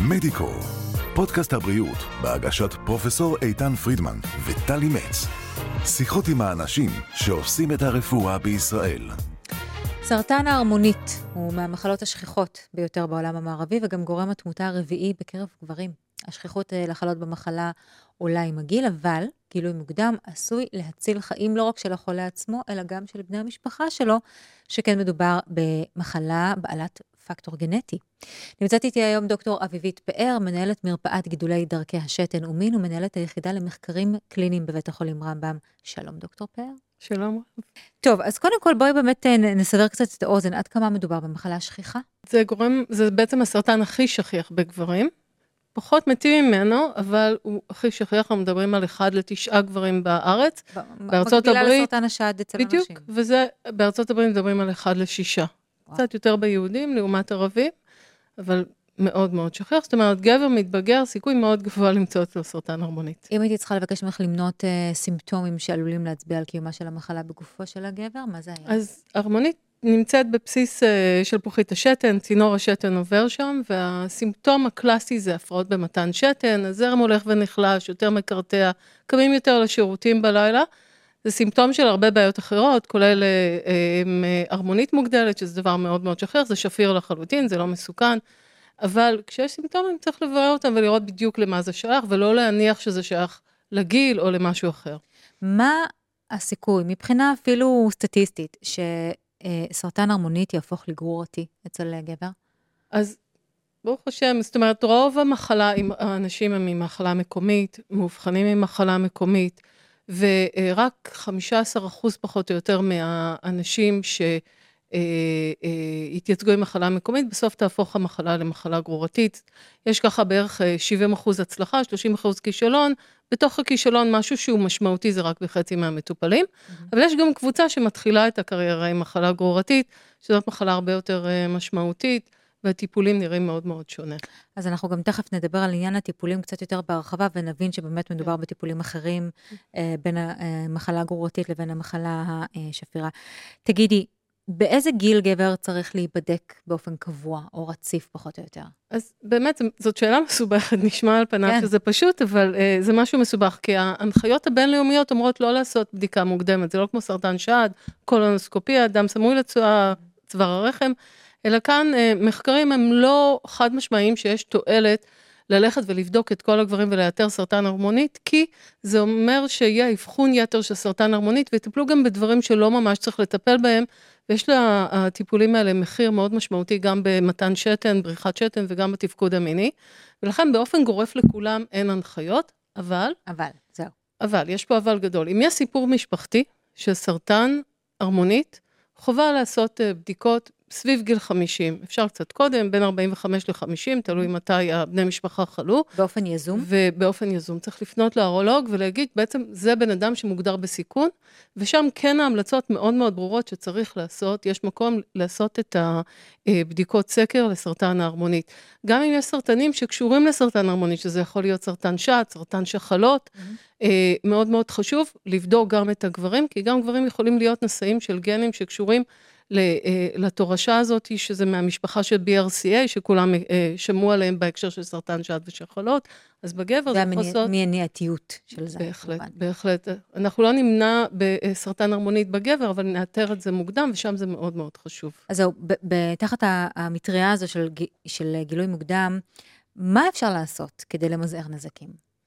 מדיקו, פודקאסט הבריאות בהגשת פרופסור איתן פרידמן וטלי מצ. שיחות עם האנשים שעושים את הרפואה בישראל. סרטן ההרמונית הוא מהמחלות השכיחות ביותר בעולם המערבי, וגם גורם התמותה הרביעי בקרב גברים. השכיחות לחלות במחלה עולה עם הגיל, אבל גילוי מוקדם עשוי להציל חיים לא רק של החולה עצמו, אלא גם של בני המשפחה שלו, שכן מדובר במחלה בעלת פקטור גנטי. נמצאת איתי היום דוקטור אביבית פאר, מנהלת מרפאת גידולי דרכי השתן ומין, ומנהלת היחידה למחקרים קליניים בבית החולים רמב"ם. שלום דוקטור פאר. שלום. טוב, אז קודם כל בואי באמת נסדר קצת את האוזן, עד כמה מדובר במחלה שכיחה? זה בעצם הסרטן הכי שכיח בגברים, פחות מתים ממנו, אבל הוא הכי שכיח, אנחנו מדברים על 1 ל9 גברים בארץ. בארצות הברית, מקבילה לסרטן השד אצל אנשים. בדיוק, וזה, בארצות הברית מדברים על 1 ל6. קצת יותר ביהודים, לעומת ערבים, אבל מאוד מאוד שכיח. זאת אומרת, גבר מתבגר, סיכוי מאוד גבוה למצוא אצלו סרטן הרמונית. אם הייתי צריכה לבקש ממך למנות סימפטומים שעלולים להצביע על קיומה של המחלה בגופו של הגבר, מה זה היה? אז הרמונית נמצאת בבסיס של פוחית השתן, צינור השתן עובר שם, והסימפטום הקלאסי זה הפרעות במתן שתן, הזרם הולך ונחלש, יותר מקרטע, קמים יותר לשירותים בלילה, זה סימפטום של הרבה בעיות אחרות, כולל הרמונית מוגדלת, שזה דבר מאוד מאוד שכיח, זה שפיר לחלוטין, זה לא מסוכן, אבל כשיש סימפטומים צריך לברר אותם ולראות בדיוק למה זה שייך, ולא להניח שזה שייך לגיל או למשהו אחר. מה הסיכוי, מבחינה אפילו סטטיסטית, שסרטן הרמונית יהפוך לגרורתי אצל גבר? אז ברוך השם, זאת אומרת, רוב המחלה, האנשים הם ממחלה מקומית, מאובחנים ממחלה מקומית, ורק 15% פחות או יותר מהאנשים שהתייצגו עם מחלה מקומית, בסוף תהפוך המחלה למחלה גרורתית. יש ככה בערך 70% הצלחה, 30% כישלון, בתוך הכישלון משהו שהוא משמעותי זה רק בחצי מהמטופלים, אבל יש גם קבוצה שמתחילה את הקריירה עם מחלה גרורתית, שזאת מחלה הרבה יותר משמעותית, והטיפולים נראים מאוד מאוד שונה. אז אנחנו גם תכף נדבר על עניין הטיפולים קצת יותר בהרחבה, ונבין שבאמת מדובר בטיפולים אחרים, בין המחלה הגרורתית לבין המחלה השפירה. תגידי, באיזה גיל גבר צריך להיבדק באופן קבוע, או רציף פחות או יותר? אז באמת, זאת שאלה מסובכת, נשמע על פניו שזה פשוט, אבל זה משהו מסובך, כי ההנחיות הבינלאומיות אומרות לא לעשות בדיקה מוקדמת, זה לא כמו סרטן שד, קולונוסקופיה, דם סמוי לצואה, צוואר הרחם, אלא כאן מחקרים הם לא חד משמעיים שיש תועלת ללכת ולבדוק את כל הגברים ולאתר סרטן הרמונית, כי זה אומר שיהיה אבחון יתר של סרטן הרמונית, ויטפלו גם בדברים שלא ממש צריך לטפל בהם, ויש לטיפולים האלה מחיר מאוד משמעותי גם במתן שתן, בריחת שתן וגם בתפקוד המיני, ולכן באופן גורף לכולם אין הנחיות, אבל, זהו. אבל, יש פה אבל גדול. אם יש סיפור משפחתי של סרטן הרמונית, חובה לעשות בדיקות סביב גיל 50, אפשר קצת קודם, בין 45 ל-50, תלוי מתי הבני משפחה חלו. באופן יזום? ובאופן יזום. צריך לפנות לאורולוג ולהגיד, בעצם זה בן אדם שמוגדר בסיכון, ושם כן ההמלצות מאוד מאוד ברורות שצריך לעשות, יש מקום לעשות את הבדיקות סקר לסרטן ההרמונית. גם אם יש סרטנים שקשורים לסרטן ההרמונית, שזה יכול להיות סרטן שד, סרטן שחלות, מאוד מאוד חשוב לבדוק גם את הגברים, כי גם גברים יכולים להיות נשאים של גנים שקשורים לתורשה הזאת, שזה מהמשפחה של BRCA, שכולם שמעו עליהם בהקשר של סרטן שד ושחלות, אז בגבר זה יכול לעשות... מהמניעתיות של זה. בהחלט, בהחלט. אנחנו לא נמנע בסרטן הרמונית בגבר, אבל נאתר את זה מוקדם, ושם זה מאוד מאוד חשוב. אז זהו, תחת המטריה הזו של גילוי מוקדם, מה אפשר לעשות כדי למזער נזקים?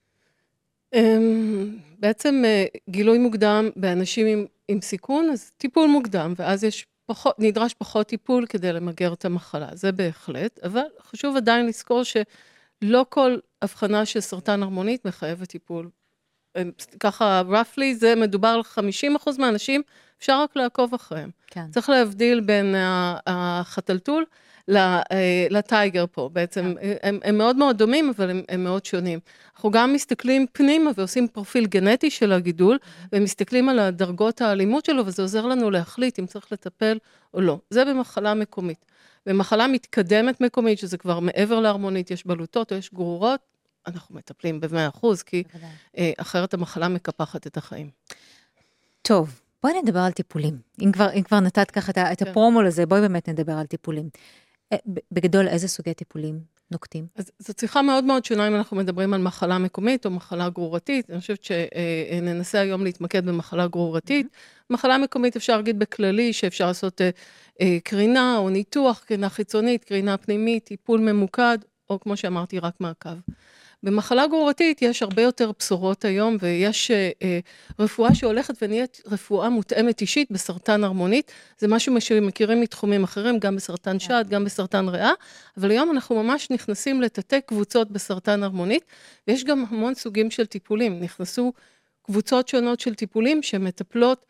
בעצם גילוי מוקדם באנשים עם סיכון, אז טיפול מוקדם, ואז נדרש פחות טיפול כדי למגר את המחלה, זה בהחלט, אבל חשוב עדיין לזכור שלא כל הבחנה של סרטן הרמונית מחייבת טיפול. ככה, roughly, זה מדובר על 50% מהאנשים, אפשר רק לעקוב אחריהם. כן. צריך להבדיל בין החתלתול לטייגר פה, בעצם הם מאוד מאוד דומים, אבל הם מאוד שונים. אנחנו גם מסתכלים פנימה ועושים פרופיל גנטי של הגידול, ומסתכלים על הדרגות האלימות שלו, וזה עוזר לנו להחליט אם צריך לטפל או לא. זה במחלה מקומית. במחלה מתקדמת מקומית, שזה כבר מעבר להרמונית, יש בלוטות או יש גרורות, אנחנו מטפלים ב100%, כי אחרת המחלה מקפחת את החיים. טוב. בואי נדבר על טיפולים. אם כבר נתת ככה את הפרומו לזה, בואי באמת נדבר על טיפולים. בגדול, איזה סוגי טיפולים נוקטים? אז זו צריכה מאוד מאוד שונה אם אנחנו מדברים על מחלה מקומית או מחלה גרורתית. אני חושבת שננסה היום להתמקד במחלה גרורתית. מחלה מקומית אפשר להגיד בכללי שאפשר לעשות קרינה או ניתוח, קרינה חיצונית, קרינה פנימית, טיפול ממוקד, או כמו שאמרתי, רק מעקב. במחלה גרורתית יש הרבה יותר בשורות היום, ויש רפואה שהולכת ונהיית רפואה מותאמת אישית בסרטן הרמונית, זה משהו שמכירים מתחומים אחרים, גם בסרטן שד, גם בסרטן ריאה, אבל היום אנחנו ממש נכנסים לתתי קבוצות בסרטן הרמונית, ויש גם המון סוגים של טיפולים, נכנסו קבוצות שונות של טיפולים שמטפלות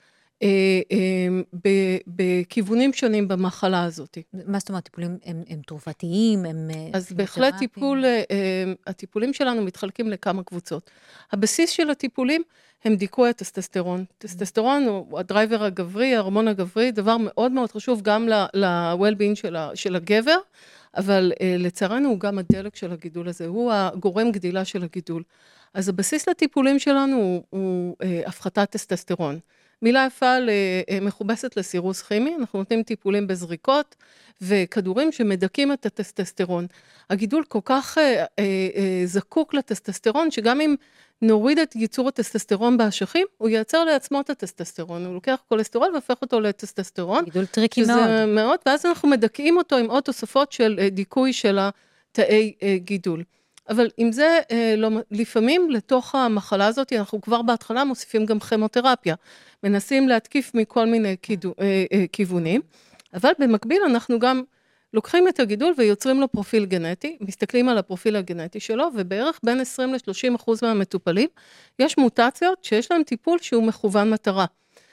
בכיוונים שונים במחלה הזאת. מה זאת אומרת, טיפולים הם תרופתיים, הם אז בהחלט הטיפולים שלנו מתחלקים לכמה קבוצות. הבסיס של הטיפולים הם דיכוי הטסטסטרון. טסטסטרון הוא הדרייבר הגברי, ההורמון הגברי, דבר מאוד מאוד חשוב גם ל-well-being של הגבר, אבל לצערנו הוא גם הדלק של הגידול הזה, הוא הגורם גדילה של הגידול. אז הבסיס לטיפולים שלנו הוא הפחתת טסטסטרון. מילה יפה מכובסת לסירוס כימי, אנחנו נותנים טיפולים בזריקות וכדורים שמדכים את הטסטסטרון. הגידול כל כך זקוק לטסטסטרון, שגם אם נוריד את ייצור הטסטסטרון באשכים, הוא ייצר לעצמו את הטסטסטרון, הוא לוקח כולסטרול והופך אותו לטסטסטרון. גידול טריקי מאוד. ואז אנחנו מדכאים אותו עם עוד תוספות של דיכוי של התאי גידול. אבל עם זה, לפעמים לתוך המחלה הזאת, אנחנו כבר בהתחלה מוסיפים גם כימותרפיה, מנסים להתקיף מכל מיני כיוונים, אבל במקביל אנחנו גם לוקחים את הגידול ויוצרים לו פרופיל גנטי, מסתכלים על הפרופיל הגנטי שלו, ובערך בין 20-30% מהמטופלים, יש מוטציות שיש להם טיפול שהוא מכוון מטרה,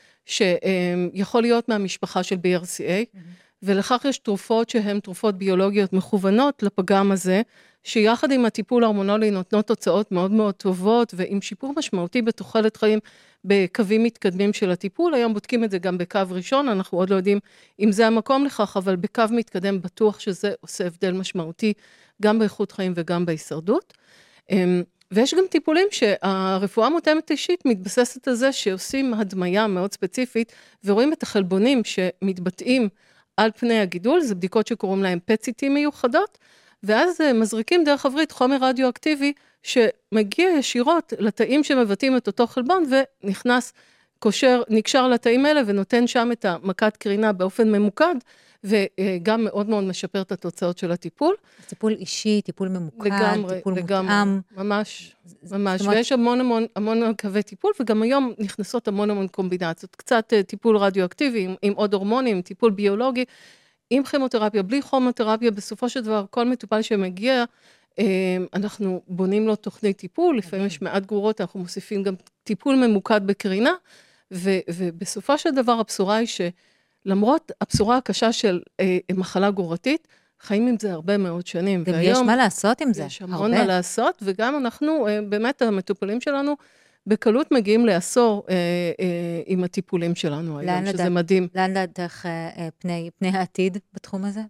שיכול להיות מהמשפחה של BRCA, ולכך יש תרופות שהן תרופות ביולוגיות מכוונות לפגם הזה, שיחד עם הטיפול ההורמונלי נותנות תוצאות מאוד מאוד טובות, ועם שיפור משמעותי בתוחלת חיים בקווים מתקדמים של הטיפול. היום בודקים את זה גם בקו ראשון, אנחנו עוד לא יודעים אם זה המקום לכך, אבל בקו מתקדם בטוח שזה עושה הבדל משמעותי, גם באיכות חיים וגם בהישרדות. ויש גם טיפולים שהרפואה מותאמת אישית מתבססת על זה שעושים הדמיה מאוד ספציפית, ורואים את החלבונים שמתבטאים על פני הגידול, זה בדיקות שקוראים להם PET-CT מיוחדות, ואז מזריקים דרך הברית חומר רדיואקטיבי שמגיע ישירות לתאים שמבטאים את אותו חלבון, ונכנס, נקשר לתאים האלה ונותן שם את המכת קרינה באופן ממוקד, וגם מאוד מאוד משפר את התוצאות של הטיפול. טיפול אישי, טיפול ממוקד, טיפול מותאם. ממש, ממש. ויש המון קווי טיפול, וגם היום נכנסות המון קומבינציות. קצת טיפול רדיואקטיבי עם עוד הורמונים, טיפול ביולוגי, עם כימותרפיה, בלי כימותרפיה, בסופו של דבר, כל מטופל שמגיע, אנחנו בונים לו תוכנית טיפול, לפעמים יש מעט גרורות, אנחנו מוסיפים גם טיפול ממוקד בקרינה, ובסופו של דבר הבשורה היא שלמרות הבשורה הקשה של מחלה גרורתית, חיים עם זה הרבה מאוד שנים. גם יש מה לעשות עם זה, יש המון מה לעשות, וגם אנחנו, באמת המטופלים שלנו, בקלות מגיעים לעשור עם הטיפולים שלנו היום, שזה מדהים. לאן דעתך פני העתיד בתחום הזה?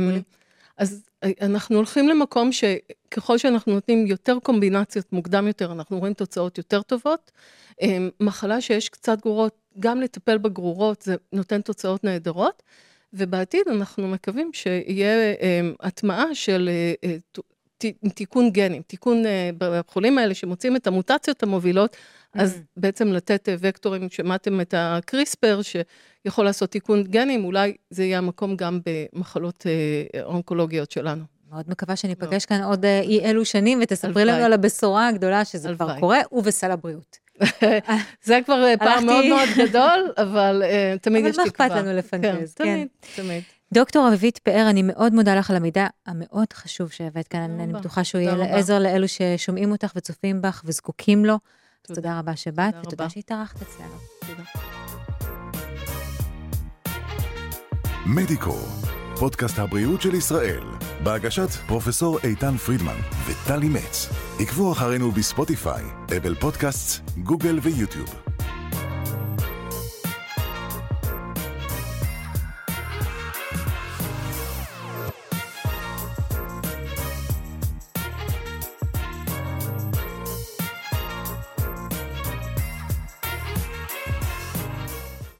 אז אנחנו הולכים למקום שככל שאנחנו נותנים יותר קומבינציות מוקדם יותר, אנחנו רואים תוצאות יותר טובות. מחלה שיש קצת גרורות, גם לטפל בגרורות, זה נותן תוצאות נהדרות, ובעתיד אנחנו מקווים שיהיה הטמעה של תיקון גנים, תיקון בחולים האלה שמוצאים את המוטציות המובילות, אז בעצם לתת וקטורים, שמעתם את הקריספר, שיכול לעשות תיקון גנים, אולי זה יהיה המקום גם במחלות אונקולוגיות שלנו. מאוד מקווה שניפגש כאן עוד אי אלו שנים, ותספרי לנו על הבשורה הגדולה שזה כבר קורה, ובסל הבריאות. זה כבר פעם מאוד מאוד גדול, אבל תמיד יש תקווה. אבל מה אכפת לנו לפנטז? כן, תמיד. דוקטור אביבית פאר, אני מאוד מודה לך על המידע המאוד חשוב שהבאת כאן, אני בטוחה שהוא יהיה לעזר לאלו ששומעים אותך וצופים בך וזקוקים לו. תודה רבה שבאת, ותודה שהתארחת אצלנו. תודה. מדיקו, פודקאסט הבריאות של ישראל, בהגשת פרופסור איתן פרידמן וטלי מצ. עקבו אחרינו בספוטיפיי, אפל פודקאסט, גוגל ויוטיוב.